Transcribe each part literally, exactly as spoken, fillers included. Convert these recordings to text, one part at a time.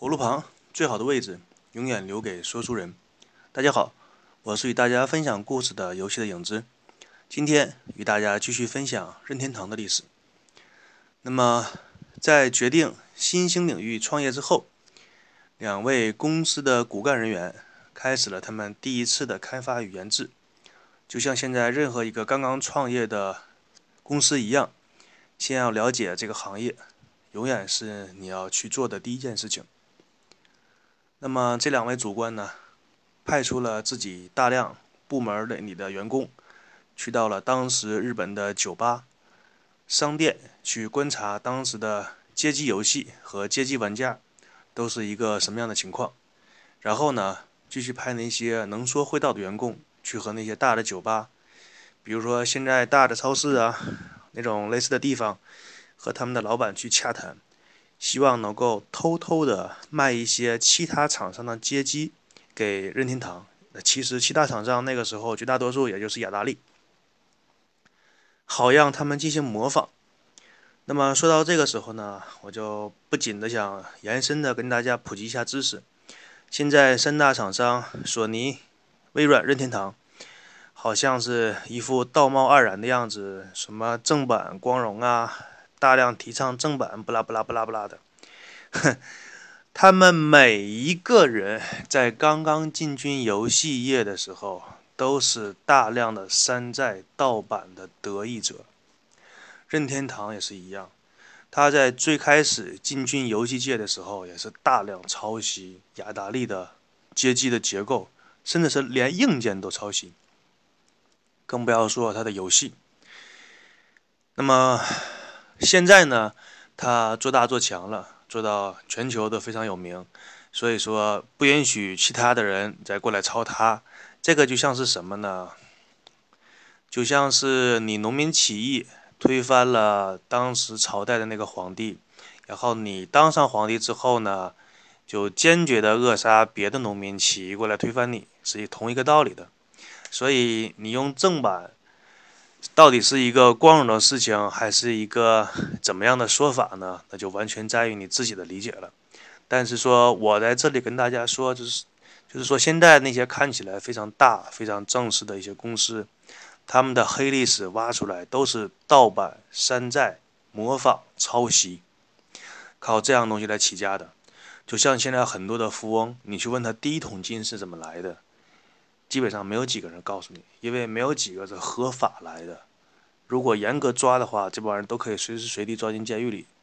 火炉旁最好的位置，永远留给说书人。大家好，我是与大家分享故事的游戏的影子。今天与大家继续分享任天堂的历史。那么，在决定新兴领域创业之后，两位公司的骨干人员开始了他们第一次的开发与研制。就像现在任何一个刚刚创业的公司一样，先要了解这个行业，永远是你要去做的第一件事情。那么这两位主管呢，派出了自己大量部门里的员工，去到了当时日本的酒吧、商店去观察当时的街机游戏和街机玩家都是一个什么样的情况。然后呢，继续派那些能说会道的员工去和那些大的酒吧，比如说现在大的超市啊，那种类似的地方，和他们的老板去洽谈。希望能够偷偷的卖一些其他厂商的街机给任天堂。其实其他厂商那个时候绝大多数也就是雅达利，好让他们进行模仿。那么说到这个时候呢，我就不仅的想延伸的跟大家普及一下知识。现在三大厂商索尼、微软、任天堂，好像是一副道貌岸然的样子，什么正版光荣啊，大量提倡正版，不拉不拉不拉不拉的。他们每一个人在刚刚进军游戏业的时候，都是大量的山寨盗版的得益者。任天堂也是一样，他在最开始进军游戏界的时候，也是大量抄袭雅达利的街机的结构，甚至是连硬件都抄袭，更不要说他的游戏。那么现在呢，他做大做强了，做到全球都非常有名，所以说不允许其他的人再过来抄他。这个就像是什么呢？就像是你农民起义推翻了当时朝代的那个皇帝，然后你当上皇帝之后呢，就坚决的扼杀别的农民起义过来推翻你，是同一个道理的。所以你用正版到底是一个光荣的事情，还是一个怎么样的说法呢？那就完全在于你自己的理解了。但是说我在这里跟大家说，就是就是说，现在那些看起来非常大、非常正式的一些公司，他们的黑历史挖出来都是盗版、山寨、模仿、抄袭，靠这样东西来起家的。就像现在很多的富翁，你去问他第一桶金是怎么来的，基本上没有几个人告诉你，因为没有几个是合法来的。如果严格抓的话，这帮人都可以随时随地抓进监狱里。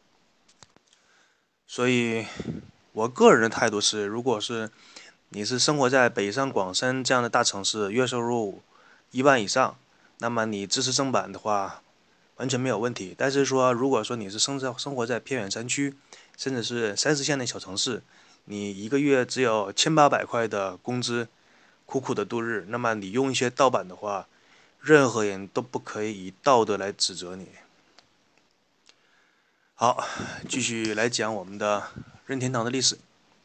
所以，我个人的态度是，如果是你是生活在北上广深这样的大城市，月收入一万以上，那么你支持正版的话，完全没有问题。但是说，如果说你是生在生活在偏远山区，甚至是三四线的小城市，你一个月只有千八百块的工资，苦苦的度日，那么你用一些盗版的话，任何人都不可以以道德来指责你。好，继续来讲我们的任天堂的历史。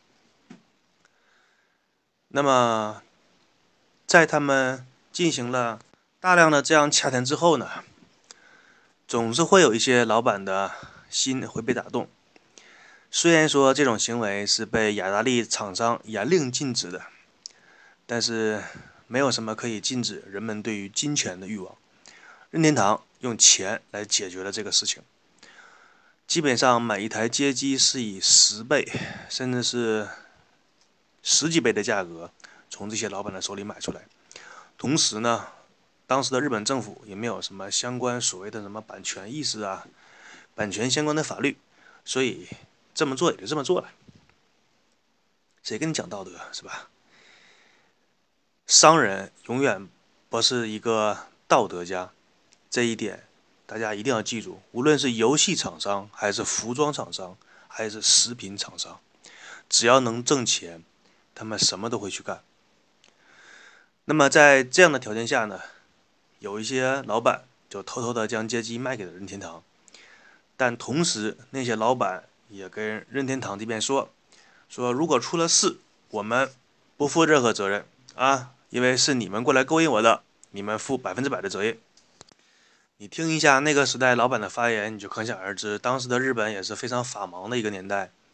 那么，在他们进行了大量的这样洽谈之后呢，总是会有一些老板的心会被打动。虽然说这种行为是被雅达利厂商严令禁止的，但是没有什么可以禁止人们对于金钱的欲望。任天堂用钱来解决了这个事情。基本上买一台街机是以十倍，甚至是十几倍的价格从这些老板的手里买出来。同时呢，当时的日本政府也没有什么相关所谓的什么版权意识啊、版权相关的法律，所以这么做也就这么做了。谁跟你讲道德是吧？商人永远不是一个道德家，这一点大家一定要记住。无论是游戏厂商，还是服装厂商，还是食品厂商，只要能挣钱，他们什么都会去干。那么在这样的条件下呢，有一些老板就偷偷的将街机卖给了任天堂，但同时那些老板也跟任天堂这边说，说如果出了事，我们不负任何责任啊，因为是你们过来勾引我的，你们负百分之百的责任。你听一下那个时代老板的发言，你就可想而知，当时的日本也是非常法盲的一个年代。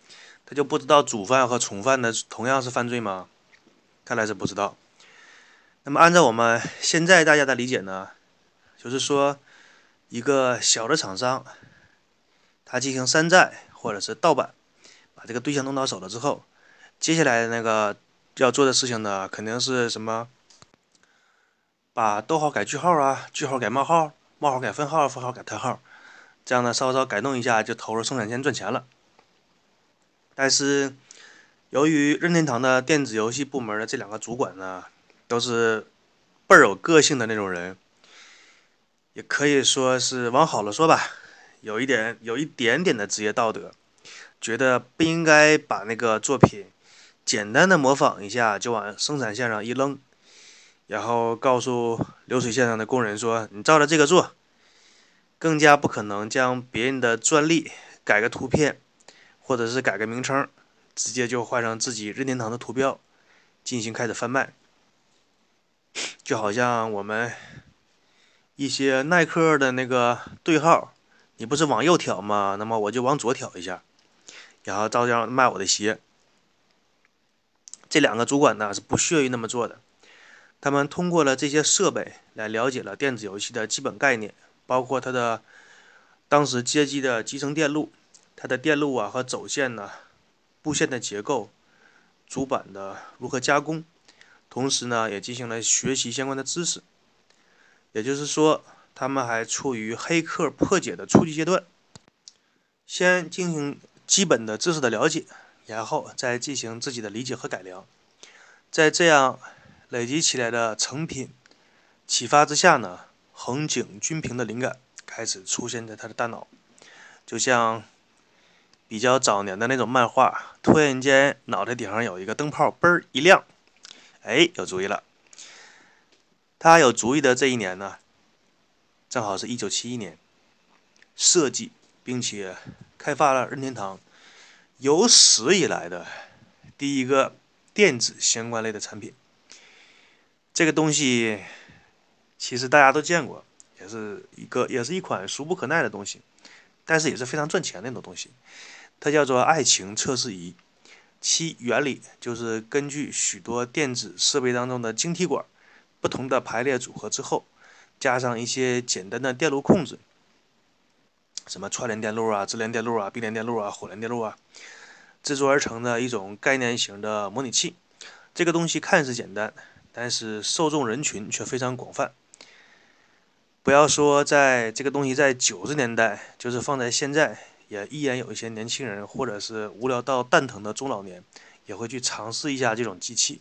他就不知道主犯和从犯的同样是犯罪吗？看来是不知道。那么按照我们现在大家的理解呢，就是说一个小的厂商，他进行山寨或者是盗版，把这个对象弄到手了之后，接下来的那个要做的事情呢，肯定是什么？把逗号改句号啊，句号改冒号，冒号改分号，分号改叹号，这样呢稍稍改动一下就投入生产线赚钱了。但是由于任天堂的电子游戏部门的这两个主管呢，都是倍儿有个性的那种人，也可以说是往好了说吧，有一点有一点点的职业道德，觉得不应该把那个作品简单的模仿一下就往生产线上一扔，然后告诉流水线上的工人说：“你照着这个做。”更加不可能将别人的专利改个图片，或者是改个名称，直接就换上自己任天堂的图标，进行开始贩卖。就好像我们一些耐克的那个对号，你不是往右挑吗？那么我就往左挑一下，然后照样卖我的鞋。这两个主管呢是不屑于那么做的，他们通过了这些设备来了解了电子游戏的基本概念，包括它的当时街机的集成电路，它的电路啊和走线呢、布线的结构、主板的如何加工，同时呢也进行了学习相关的知识。也就是说，他们还处于黑客破解的初级阶段，先进行基本的知识的了解，然后再进行自己的理解和改良。在这样累积起来的成品启发之下呢，横井军平的灵感开始出现在他的大脑，就像比较早年的那种漫画，突然间脑袋顶上有一个灯泡，嘣儿一亮，哎，有主意了。他有主意的这一年呢，正好是一九七一年，设计并且开发了任天堂有史以来的第一个电子相关类的产品。这个东西其实大家都见过，也是一个也是一款俗不可耐的东西，但是也是非常赚钱的那种东西。它叫做爱情测试仪，其原理就是根据许多电子设备当中的晶体管不同的排列组合之后，加上一些简单的电路控制，什么串联电路啊、直连电路啊、闭连电路啊、混联电路啊，制作而成的一种概念型的模拟器。这个东西看似简单，但是受众人群却非常广泛。不要说在这个东西在九十年代，就是放在现在，也依然有一些年轻人或者是无聊到蛋疼的中老年，也会去尝试一下这种机器。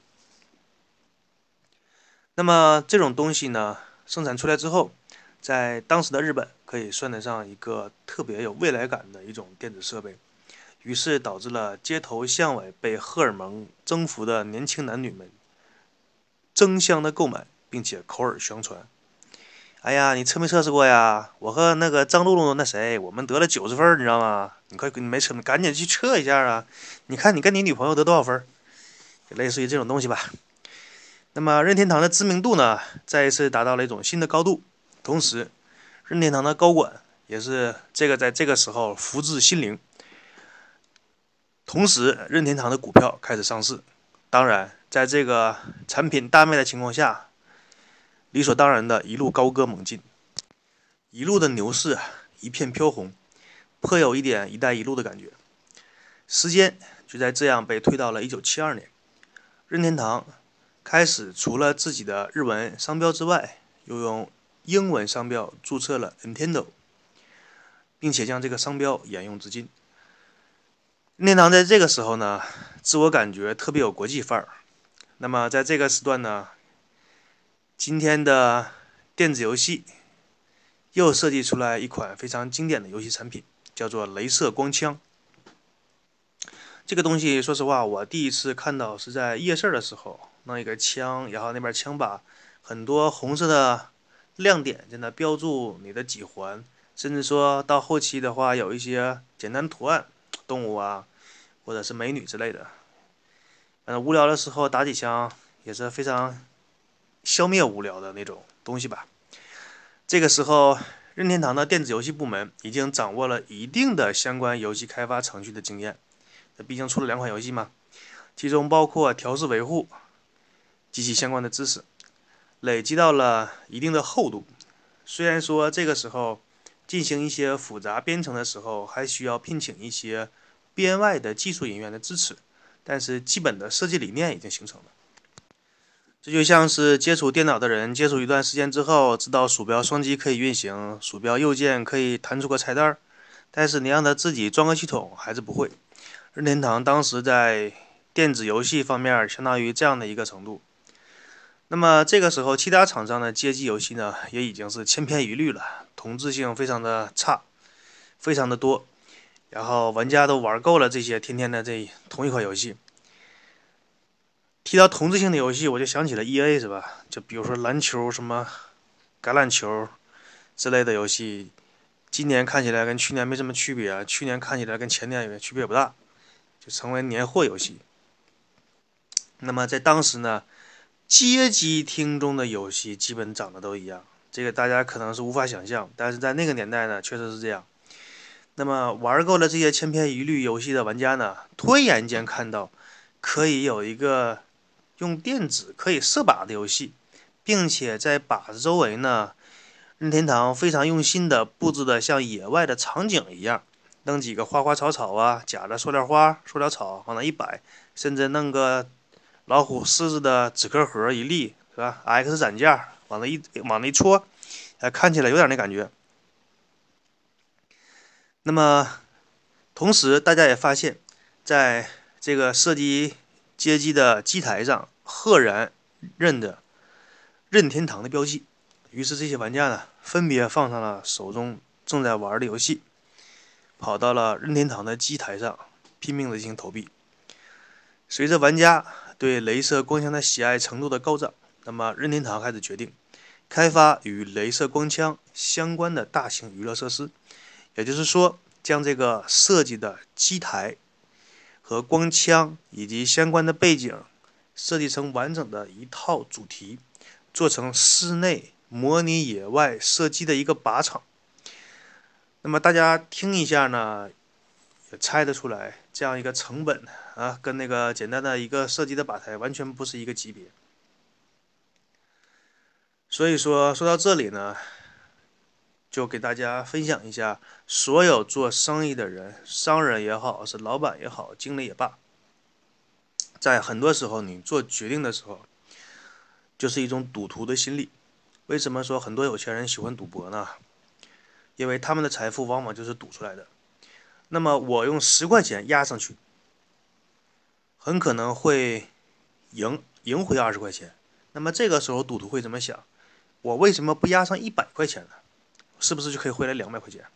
那么这种东西呢，生产出来之后，在当时的日本可以算得上一个特别有未来感的一种电子设备，于是导致了街头巷尾被荷尔蒙征服的年轻男女们争相的购买，并且口耳相传。哎呀，你测没测试过呀？我和那个张露露那谁，我们得了九十分，你知道吗？你快，你没测，你赶紧去测一下啊！你看你跟你女朋友得多少分？就类似于这种东西吧。那么任天堂的知名度呢，再一次达到了一种新的高度。同时，任天堂的高管也是这个在这个时候福至心灵。同时，任天堂的股票开始上市。当然，在这个产品大卖的情况下，理所当然的一路高歌猛进，一路的牛市一片飘红，颇有一点一带一路的感觉。时间就在这样被推到了一九七二年，任天堂开始除了自己的日文商标之外，又用英文商标注册了 Nintendo， 并且将这个商标沿用至今。任天堂在这个时候呢，自我感觉特别有国际范儿。那么在这个时段呢，今天的电子游戏又设计出来一款非常经典的游戏产品，叫做雷射光枪。这个东西说实话，我第一次看到是在夜市的时候，弄一个枪，然后那边枪把很多红色的亮点在那标注你的几环，甚至说到后期的话，有一些简单图案，动物啊，或者是美女之类的。嗯，无聊的时候打几枪也是非常消灭无聊的那种东西吧。这个时候，任天堂的电子游戏部门已经掌握了一定的相关游戏开发程序的经验， 毕竟出了两款游戏嘛，其中包括调试维护及其相关的知识，累积到了一定的厚度。虽然说这个时候进行一些复杂编程的时候，还需要聘请一些编外的技术人员的支持，但是基本的设计理念已经形成了。这就像是接触电脑的人，接触一段时间之后，知道鼠标双击可以运行，鼠标右键可以弹出个菜单，但是你让他自己装个系统还是不会。任天堂当时在电子游戏方面相当于这样的一个程度。那么这个时候，其他厂商的街机游戏呢，也已经是千篇一律了，同质性非常的差，非常的多，然后玩家都玩够了这些天天的这同一款游戏。提到同质性的游戏，我就想起了 E A 是吧？就比如说篮球、什么橄榄球之类的游戏，今年看起来跟去年没什么区别，去年看起来跟前年也区别不大，就成为年货游戏。那么在当时呢，街机厅中的游戏基本长得都一样，这个大家可能是无法想象，但是在那个年代呢，确实是这样。那么玩够了这些千篇一律游戏的玩家呢，突然间看到可以有一个用电子可以射靶的游戏，并且在靶子周围呢，任天堂非常用心的布置的像野外的场景一样，弄几个花花草草啊，假的塑料花、塑料草往那一摆，甚至弄个老虎狮子的纸壳盒一立，是吧 ？X 展架往那一往那一戳，哎，看起来有点那感觉。那么同时，大家也发现，在这个射击街机的机台上，赫然认着任天堂的标记。于是这些玩家呢，分别放上了手中正在玩的游戏，跑到了任天堂的机台上，拼命的进行投币。随着玩家对镭射光枪的喜爱程度的高涨，那么任天堂开始决定开发与镭射光枪相关的大型娱乐设施，也就是说，将这个设计的机台和光枪以及相关的背景设计成完整的一套主题，做成室内模拟野外射击的一个靶场。那么大家听一下呢，也猜得出来，这样一个成本啊，跟那个简单的一个射击的靶台完全不是一个级别。所以说，说到这里呢，就给大家分享一下，所有做生意的人，商人也好，是老板也好，经理也罢，在很多时候你做决定的时候，就是一种赌徒的心理。为什么说很多有钱人喜欢赌博呢？因为他们的财富往往就是赌出来的。那么我用十块钱压上去，很可能会赢赢回二十块钱。那么这个时候赌徒会怎么想？我为什么不压上一百块钱呢？是不是就可以回来两百块钱？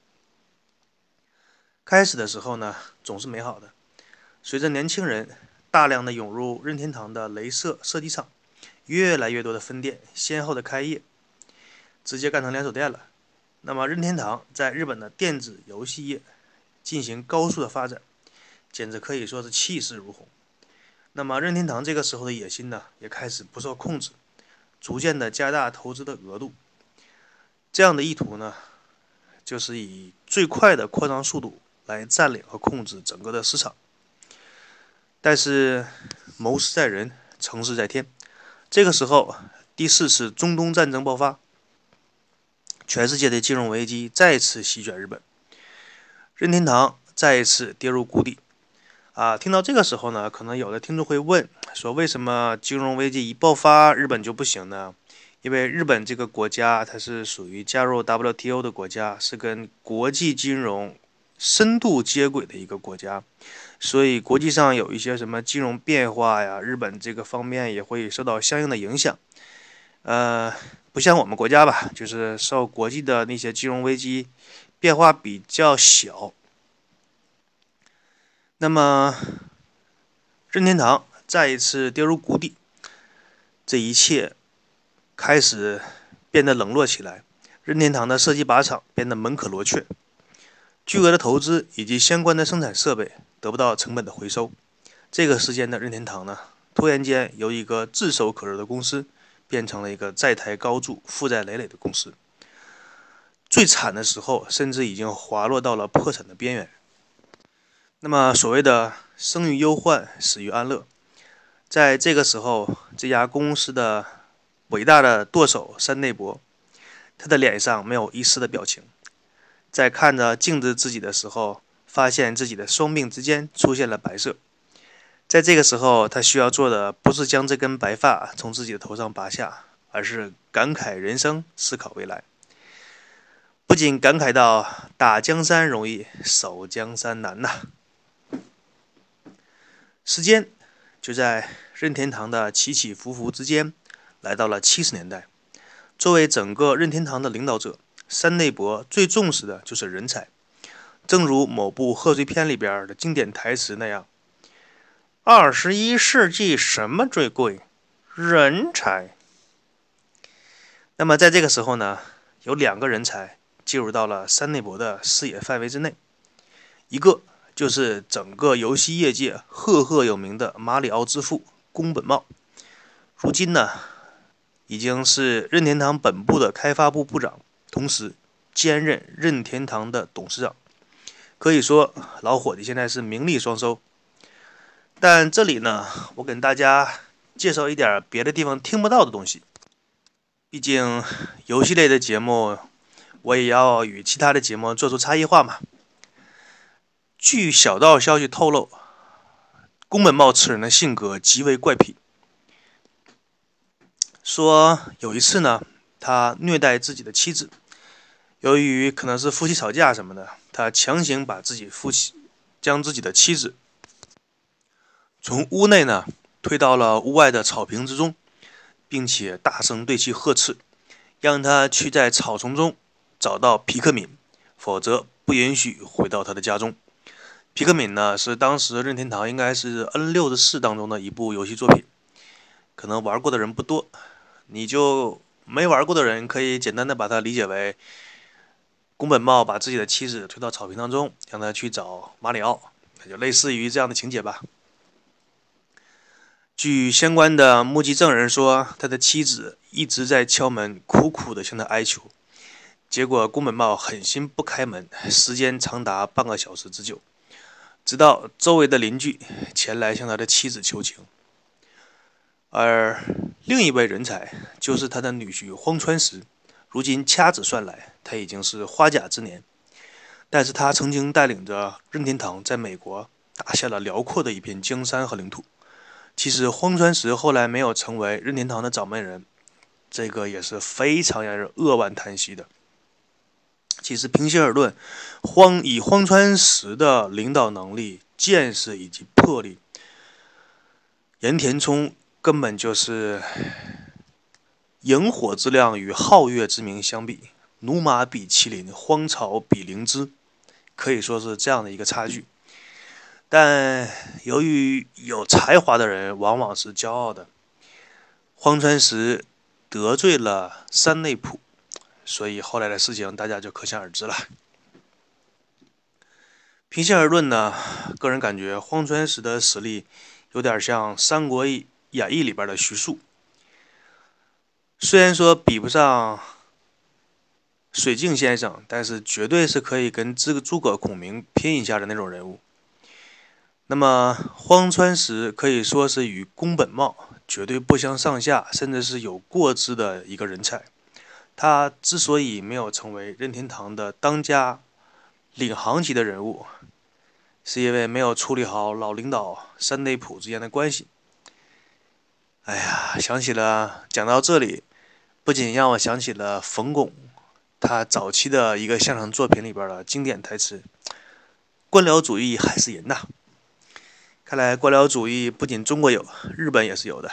开始的时候呢，总是美好的。随着年轻人大量的涌入任天堂的镭射射击场，越来越多的分店先后的开业，直接干成连锁店了。那么任天堂在日本的电子游戏业进行高速的发展，简直可以说是气势如虹。那么任天堂这个时候的野心呢，也开始不受控制，逐渐的加大投资的额度。这样的意图呢，就是以最快的扩张速度来占领和控制整个的市场。但是谋事在人，成事在天。这个时候，第四次中东战争爆发，全世界的金融危机再次席卷日本，任天堂再一次跌入谷底。啊，听到这个时候呢，可能有的听众会问说，为什么金融危机一爆发，日本就不行呢？因为日本这个国家它是属于加入 W T O 的国家，是跟国际金融深度接轨的一个国家，所以国际上有一些什么金融变化呀，日本这个方面也会受到相应的影响。呃，不像我们国家吧，就是受国际的那些金融危机变化比较小。那么任天堂再一次跌入谷底，这一切开始变得冷落起来。任天堂的射击靶场变得门可罗雀，巨额的投资以及相关的生产设备得不到成本的回收。这个时间的任天堂呢，突然间由一个炙手可热的公司，变成了一个债台高筑、负债累累的公司。最惨的时候，甚至已经滑落到了破产的边缘。 那么所谓的生于忧患，死于安乐，在这个时候，这家公司的伟大的舵手山内博，他的脸上没有一丝的表情。在看着镜子自己的时候，发现自己的双鬓之间出现了白色。在这个时候，他需要做的不是将这根白发从自己的头上拔下，而是感慨人生，思考未来。不仅感慨到打江山容易，守江山难呐、啊。时间就在任天堂的起起伏伏之间，来到了七十年代。作为整个任天堂的领导者，山内博最重视的就是人才。正如某部贺岁片里边的经典台词那样：“二十一世纪什么最贵？人才。”那么在这个时候呢，有两个人才进入到了山内博的视野范围之内，一个就是整个游戏业界赫赫有名的马里奥之父宫本茂，如今呢已经是任天堂本部的开发部部长，同时兼任任天堂的董事长。可以说老伙计现在是名利双收。但这里呢，我给大家介绍一点别的地方听不到的东西。毕竟游戏类的节目，我也要与其他的节目做出差异化嘛。据小道消息透露，宫本茂此人的性格极为怪癖。说有一次呢，他虐待自己的妻子，由于可能是夫妻吵架什么的，他强行把自己夫妻将自己的妻子从屋内呢推到了屋外的草坪之中，并且大声对其呵斥，让他去在草丛中找到皮克敏，否则不允许回到他的家中。皮克敏呢是当时任天堂应该是 N 六十四 当中的一部游戏作品，可能玩过的人不多，你就没玩过的人可以简单的把它理解为宫本茂把自己的妻子推到草坪当中，让他去找马里奥，就类似于这样的情节吧。据相关的目击证人说，他的妻子一直在敲门，苦苦地向他哀求。结果宫本茂狠心不开门，时间长达半个小时之久，直到周围的邻居前来向他的妻子求情。而另一位人才就是他的女婿荒川石，如今掐指算来，他已经是花甲之年，但是他曾经带领着任天堂在美国打下了辽阔的一片江山和领土。其实荒川石后来没有成为任天堂的掌门人，这个也是非常让人扼腕叹息的。其实平心而论，荒以荒川石的领导能力、见识以及魄力，岩田聪根本就是萤火之亮与皓月之明相比，驽马比麒麟，荒草比灵芝，可以说是这样的一个差距。但由于有才华的人往往是骄傲的，荒川石得罪了山内溥，所以后来的事情大家就可想而知了。平心而论呢，个人感觉荒川石的实力有点像《三国演义》里边的徐庶，虽然说比不上水镜先生，但是绝对是可以跟这个诸葛孔明拼一下的那种人物。那么荒川石可以说是与宫本茂绝对不相上下，甚至是有过之的一个人才。他之所以没有成为任天堂的当家领航级的人物，是因为没有处理好老领导山内溥之间的关系。哎呀，想起了讲到这里，不仅让我想起了冯巩他早期的一个相声作品里边的经典台词：“官僚主义害死人呐！”看来官僚主义不仅中国有，日本也是有的。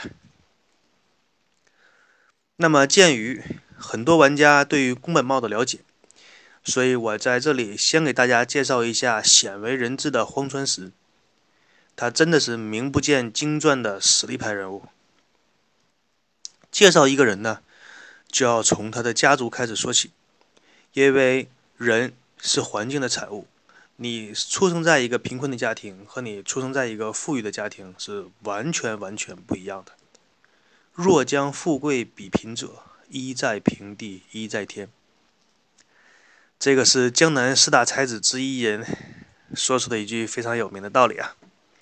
那么鉴于很多玩家对于宫本茂的了解，所以我在这里先给大家介绍一下鲜为人知的荒川石。他真的是名不见经传的实力派人物。介绍一个人呢，就要从他的家族开始说起，因为人是环境的产物。你出生在一个贫困的家庭和你出生在一个富裕的家庭是完全完全不一样的。若将富贵比贫者，一在平地，一在天。这个是江南四大才子之一人说出的一句非常有名的道理啊。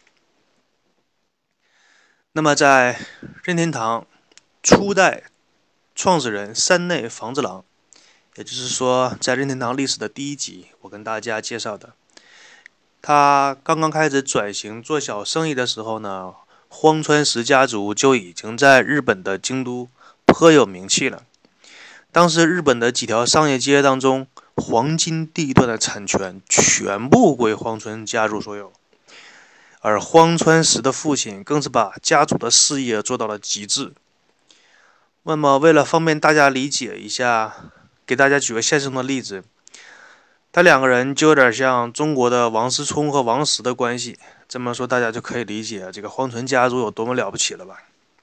那么在任天堂初代创始人山内房治郎，也就是说在任天堂历史的第一集我跟大家介绍的，他刚刚开始转型做小生意的时候呢，荒川石家族就已经在日本的京都颇有名气了。当时日本的几条商业街当中，黄金地段的产权全部归荒川家族所有，而荒川石的父亲更是把家族的事业做到了极致。那么为了方便大家理解一下，给大家举个现实中的例子，他两个人就有点像中国的王思聪和王石的关系。这么说大家就可以理解这个荒川家族有多么了不起了吧？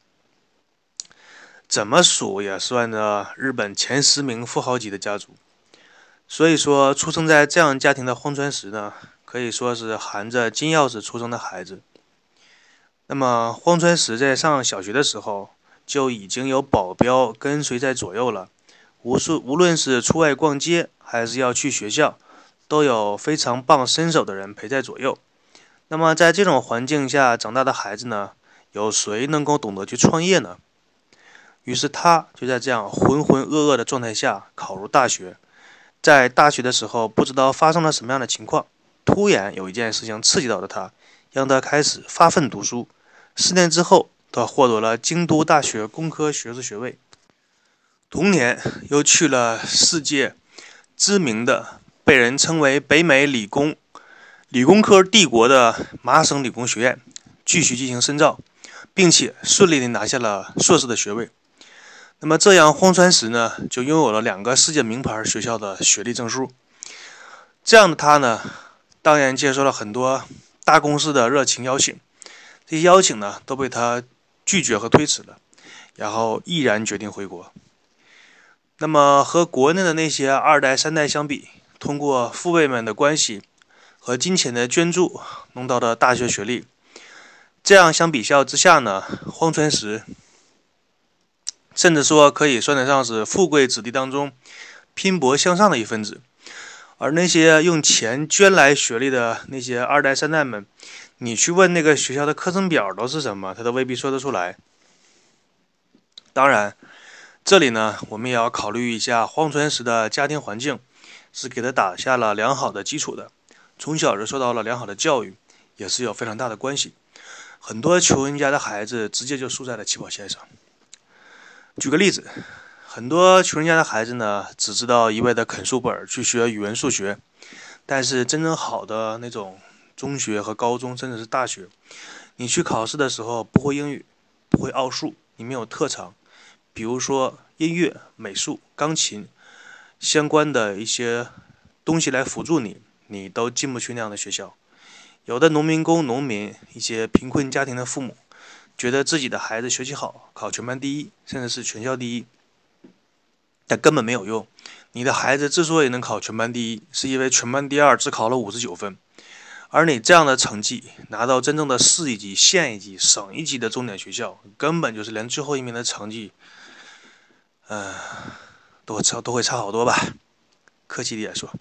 怎么数也算着日本前十名富豪级的家族。所以说，出生在这样家庭的荒川石呢，可以说是含着金钥匙出生的孩子。那么荒川石在上小学的时候就已经有保镖跟随在左右了，无数无论是出外逛街还是要去学校，都有非常棒身手的人陪在左右。那么在这种环境下长大的孩子呢，有谁能够懂得去创业呢？于是他就在这样浑浑噩噩的状态下考入大学。在大学的时候，不知道发生了什么样的情况，突然有一件事情刺激到了他，让他开始发奋读书。四年之后，他获得了京都大学工科学士学位。同年，又去了世界知名的、被人称为北美理工理工科帝国的麻省理工学院，继续进行深造，并且顺利地拿下了硕士的学位。那么这样荒川石呢，就拥有了两个世界名牌学校的学历证书。这样的他呢，当然接受了很多大公司的热情邀请，这些邀请呢都被他拒绝和推迟了，然后毅然决定回国。那么和国内的那些二代三代相比，通过父辈们的关系和金钱的捐助弄到的大学学历，这样相比较之下呢，荒川石甚至说可以算得上是富贵子弟当中拼搏向上的一分子。而那些用钱捐来学历的那些二代三代们，你去问那个学校的课程表都是什么，他都未必说得出来。当然这里呢，我们也要考虑一下荒川石的家庭环境是给他打下了良好的基础的，从小就受到了良好的教育，也是有非常大的关系。很多穷人家的孩子直接就输在了起跑线上。举个例子，很多穷人家的孩子呢，只知道一味的啃书本去学语文数学，但是真正好的那种中学和高中甚至是大学，你去考试的时候不会英语，不会奥数，你没有特长，比如说音乐、美术、钢琴相关的一些东西来辅助你，你都进不去那样的学校。有的农民工、农民，一些贫困家庭的父母，觉得自己的孩子学习好，考全班第一，甚至是全校第一，但根本没有用。你的孩子之所以能考全班第一，是因为全班第二只考了五十九分，而你这样的成绩拿到真正的市一级、县一级、省一级的重点学校，根本就是连最后一名的成绩，嗯、呃，都会差都会差好多吧，客气点说。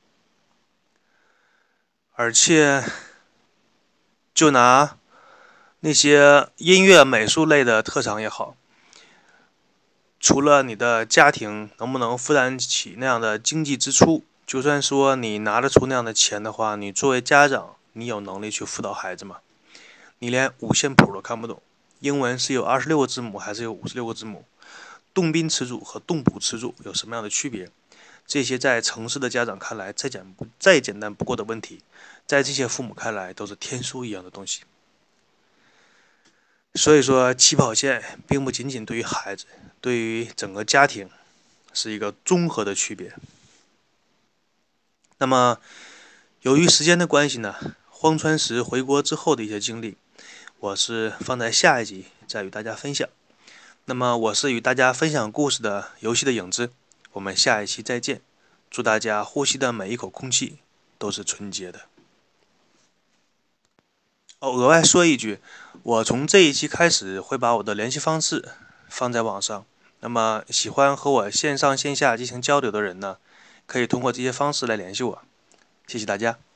而且，就拿那些音乐、美术类的特长也好，除了你的家庭能不能负担起那样的经济支出，就算说你拿得出那样的钱的话，你作为家长，你有能力去辅导孩子吗？你连五线谱都看不懂，英文是有二十六个字母还是有五十六个字母？动宾词组和动补词组有什么样的区别？这些在城市的家长看来再简不再简单不过的问题，在这些父母看来都是天书一样的东西。所以说，起跑线并不仅仅对于孩子，对于整个家庭是一个综合的区别。那么，由于时间的关系呢，荒川石回国之后的一些经历，我是放在下一集再与大家分享。那么，我是与大家分享故事的游戏的影子，我们下一期再见。祝大家呼吸的每一口空气都是纯洁的。哦，额外说一句，我从这一期开始会把我的联系方式放在网上。那么喜欢和我线上线下进行交流的人呢，可以通过这些方式来联系我。谢谢大家。